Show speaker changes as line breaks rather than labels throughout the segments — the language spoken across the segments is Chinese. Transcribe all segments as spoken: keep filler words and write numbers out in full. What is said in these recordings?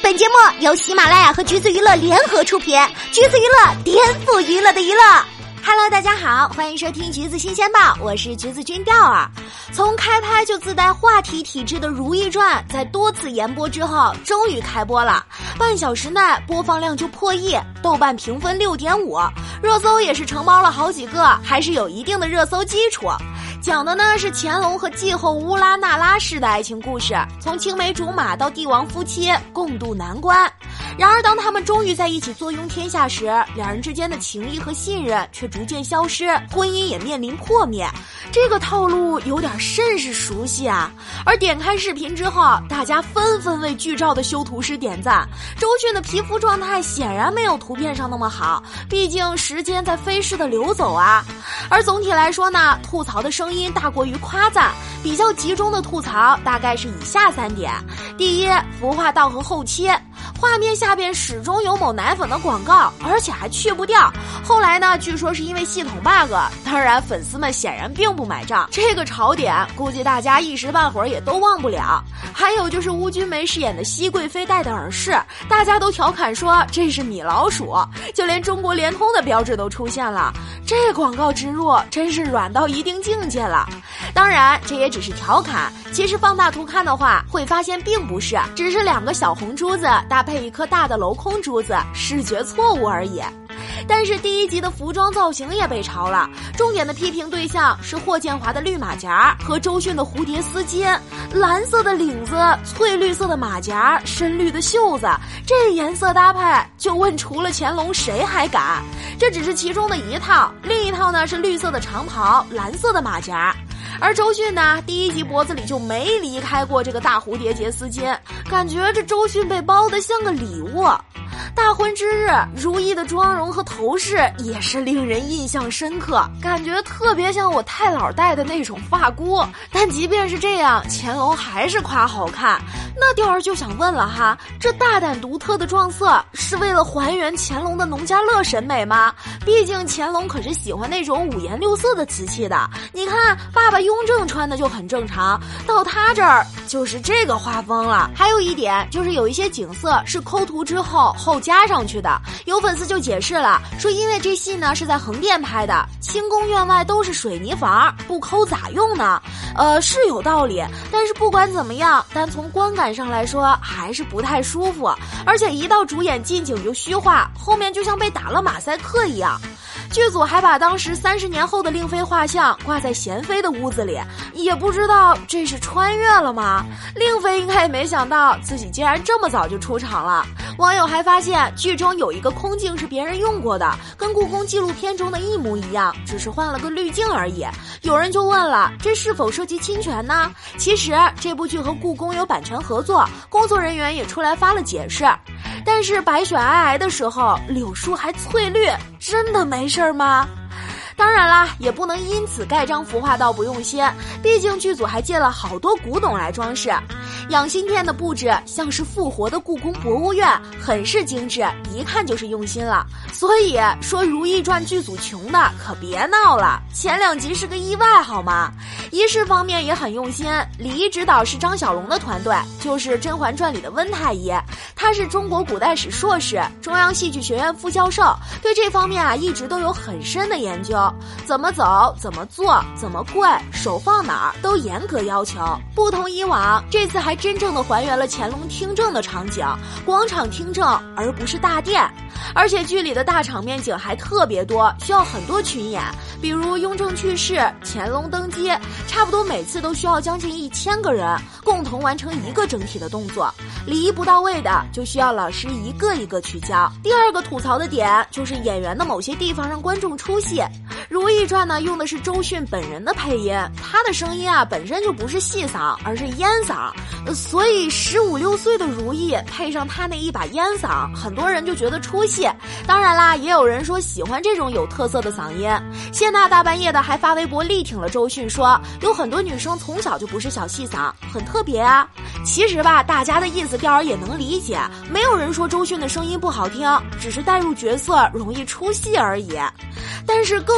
本节目由喜马拉雅和橘子娱乐联合出品，橘子娱乐颠覆娱乐的娱乐。Hello， 大家好，欢迎收听橘子新鲜报，我是橘子君钓儿。从开拍就自带话题体质的《如懿传》，在多次延播之后，终于开播了。半小时内播放量就破亿，豆瓣评分 六点五， 热搜也是承包了好几个，还是有一定的热搜基础。讲的呢是乾隆和继后乌拉那拉氏的爱情故事，从青梅竹马到帝王夫妻，共度难关。然而当他们终于在一起坐拥天下时，两人之间的情谊和信任却逐渐消失，婚姻也面临破灭。这个套路有点甚是熟悉啊！而点开视频之后，大家纷纷为剧照的修图师点赞。周迅的皮肤状态显然没有图片上那么好，毕竟时间在飞逝的流走啊。而总体来说呢，吐槽的声音大过于夸赞，比较集中的吐槽大概是以下三点：第一，服化道和后期。画面下边始终有某奶粉的广告，而且还去不掉。后来呢，据说是因为系统 bug， 当然粉丝们显然并不买账。这个槽点估计大家一时半会儿也都忘不了。还有就是邬君梅饰演的熹贵妃戴的耳饰，大家都调侃说这是米老鼠，就连中国联通的标志都出现了。这广告植入真是软到一定境界了。当然这也只是调侃，其实放大图看的话会发现并不是，只是两个小红珠子搭配一颗大的镂空珠子，视觉错误而已。但是第一集的服装造型也被嘲了，重点的批评对象是霍建华的绿马甲和周迅的蝴蝶丝巾，蓝色的领子，翠绿色的马甲，深绿的袖子，这颜色搭配就问除了乾隆谁还敢？这只是其中的一套，另一套呢是绿色的长袍，蓝色的马甲。而周迅呢，第一集脖子里就没离开过这个大蝴蝶结丝巾，感觉这周迅被包得像个礼物。大婚之日，如懿的妆容和头饰也是令人印象深刻，感觉特别像我太姥戴的那种发箍。但即便是这样，乾隆还是夸好看。那钓儿就想问了哈，这大胆独特的撞色是为了还原乾隆的农家乐审美吗？毕竟乾隆可是喜欢那种五颜六色的瓷器的。你看爸爸雍正穿的就很正常，到他这儿就是这个画风了。还有一点就是有一些景色是抠图之后后加上去的，有粉丝就解释了，说因为这戏呢是在横店拍的，清宫院外都是水泥房，不抠咋用呢？呃，是有道理，但是不管怎么样，单从观感上来说还是不太舒服，而且一到主演近景就虚化，后面就像被打了马赛克一样。剧组还把当时三十年后的令妃画像挂在娴妃的屋子里，也不知道这是穿越了吗？令妃应该也没想到自己竟然这么早就出场了。网友还发现剧中有一个空镜是别人用过的，跟故宫纪录片中的一模一样，只是换了个滤镜而已。有人就问了，这是否涉及侵权呢？其实这部剧和故宫有版权合作，工作人员也出来发了解释。但是白雪皑皑的时候，柳树还翠绿，真的没事吗？当然啦，也不能因此盖章服化道不用心，毕竟剧组还借了好多古董来装饰。养心殿的布置像是复活的故宫博物院，很是精致，一看就是用心了。所以说《如懿传》剧组穷的可别闹了，前两集是个意外好吗？仪式方面也很用心，礼仪指导是张小龙的团队，就是《甄嬛传》里的温太医，他是中国古代史硕士，中央戏剧学院副教授，对这方面啊一直都有很深的研究，怎么走，怎么做，怎么跪，手放哪儿都严格要求。不同以往，这次还真正的还原了乾隆听政的场景，广场听政而不是大殿。而且剧里的大场面景还特别多，需要很多群演，比如雍正去世、乾隆登基，差不多每次都需要将近一千个人共同完成一个整体的动作。礼仪不到位的，就需要老师一个一个去教。第二个吐槽的点就是演员的某些地方让观众出戏。《如懿传》呢用的是周迅本人的配音，她的声音啊本身就不是细嗓，而是烟嗓，呃、所以十五六岁的如懿配上她那一把烟嗓，很多人就觉得出戏。当然啦，也有人说喜欢这种有特色的嗓音。谢娜大半夜的还发微博力挺了周迅，说有很多女生从小就不是小细嗓，很特别啊。其实吧，大家的意思调儿也能理解，没有人说周迅的声音不好听，只是带入角色容易出戏而已。但是更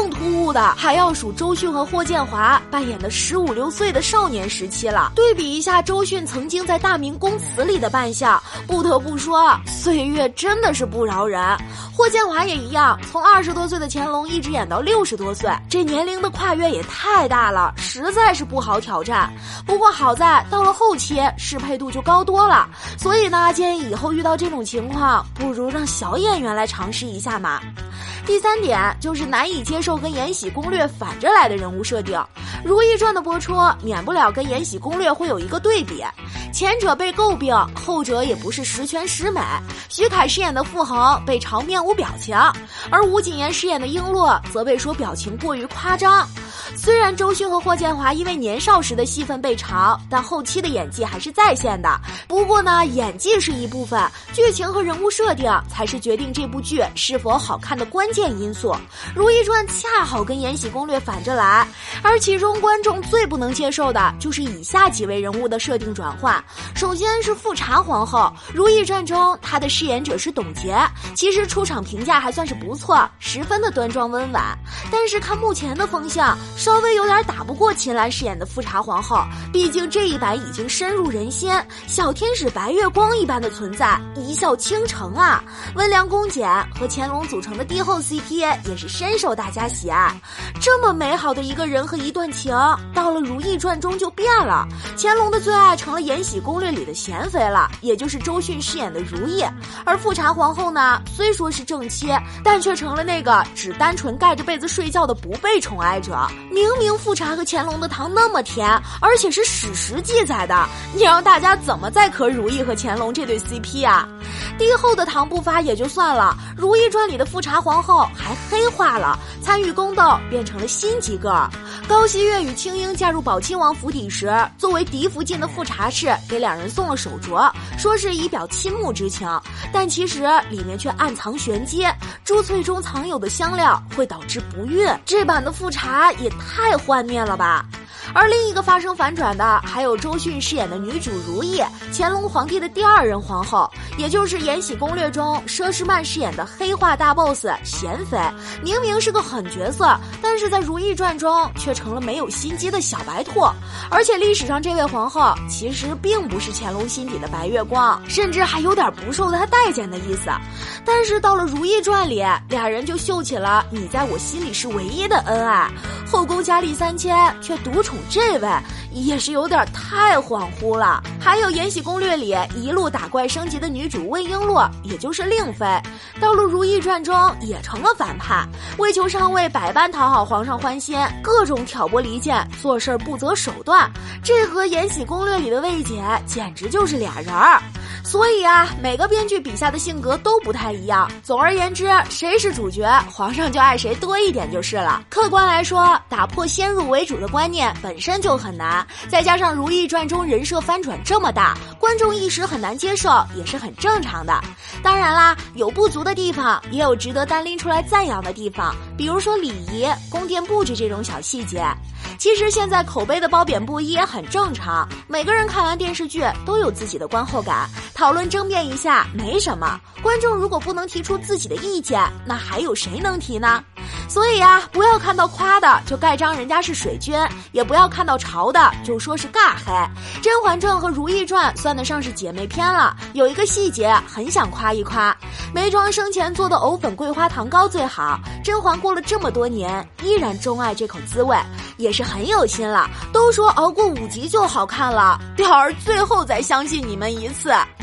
更突兀的还要数周迅和霍建华扮演的十五六岁的少年时期了。对比一下周迅曾经在《大明宫词》里的扮相，不得不说，岁月真的是不饶人。霍建华也一样，从二十多岁的乾隆一直演到六十多岁，这年龄的跨越也太大了，实在是不好挑战。不过好在到了后期适配度就高多了，所以呢，建议以后遇到这种情况，不如让小演员来尝试一下嘛。第三点就是难以接受跟《延禧攻略》反着来的人物设定。《如懿传》的播出免不了跟《延禧攻略》会有一个对比，前者被诟病，后者也不是十全十美。徐凯饰演的傅恒被嘲面无表情，而吴谨言饰演的璎珞则被说表情过于夸张。虽然周迅和霍建华因为年少时的戏份被嘲，但后期的演技还是在线的。不过呢，演技是一部分，剧情和人物设定才是决定这部剧是否好看的关键因素。《如懿传》恰好跟《延禧攻略》反着来，而其中观众最不能接受的就是以下几位人物的设定转换。首先是富察皇后，《如懿传》中她的饰演者是董洁，其实出场评价还算是不错，十分的端庄温婉。但是看目前的风向，稍微有点打不过秦岚饰演的富察皇后，毕竟这一版已经深入人心，小天使白月光一般的存在，一笑倾城啊。温良恭俭和乾隆组成的帝后 C P 也是深受大家喜爱。这么美好的一个人和一段情，到了《如懿传》中就变了，乾隆的最爱成了《延禧攻略》里的贤妃了，也就是周迅饰演的如懿。而富察皇后呢，虽说是正妻，但却成了那个只单纯盖着被子睡觉的不被宠爱者。明明富察和乾隆的糖那么甜，而且是史实记载的，你让大家怎么再磕如懿和乾隆这对 C P 啊？帝后的糖不发也就算了，《如懿传》里的富察皇后还黑化了，参与宫斗变成了心机 girl。高翕月与青樱嫁入宝亲王府邸时，作为嫡福晋的富察氏给两人送了手镯，说是以表亲慕之情，但其实里面却暗藏玄机，珠翠中藏有的香料会导致不孕。这版的富察也太幻灭了吧。而另一个发生反转的还有周迅饰演的女主如懿，乾隆皇帝的第二任皇后，也就是《延禧攻略》中佘诗曼饰演的黑化大 boss 娴妃。明明是个狠角色，但是在《如懿传》中却成了没有心机的小白兔。而且历史上这位皇后其实并不是乾隆心底的白月光，甚至还有点不受他待见的意思。但是到了《如懿传》里，俩人就秀起了你在我心里是唯一的恩爱。后宫佳丽三千，却独宠这位，也是有点太恍惚了。还有《延禧攻略》里一路打怪升级的女主魏璎珞，也就是令妃，到了《如懿传》中也成了反派，为求上位百般讨好皇上欢心，各种挑拨离间，做事不择手段。这和《延禧攻略》里的魏姐简直就是俩人儿。所以啊，每个编剧笔下的性格都不太一样。总而言之，谁是主角，皇上就爱谁多一点就是了。客观来说，打破先入为主的观念本身就很难，再加上《如懿传》中人设翻转这么大，观众一时很难接受，也是很正常的。当然啦，有不足的地方，也有值得单拎出来赞扬的地方，比如说礼仪、宫殿布置这种小细节。其实现在口碑的褒贬不一也很正常，每个人看完电视剧都有自己的观后感，讨论争辩一下没什么。观众如果不能提出自己的意见，那还有谁能提呢？所以啊，不要看到夸的就盖章人家是水军，也不要看到潮的就说是尬黑。《甄嬛传》和《如懿传》算得上是姐妹篇了，有一个细节很想夸一夸，眉庄生前做的藕粉桂花糖糕最好，甄嬛过了这么多年依然钟爱这口滋味，也是很有心了。都说熬过五集就好看了，吊儿最后再相信你们一次。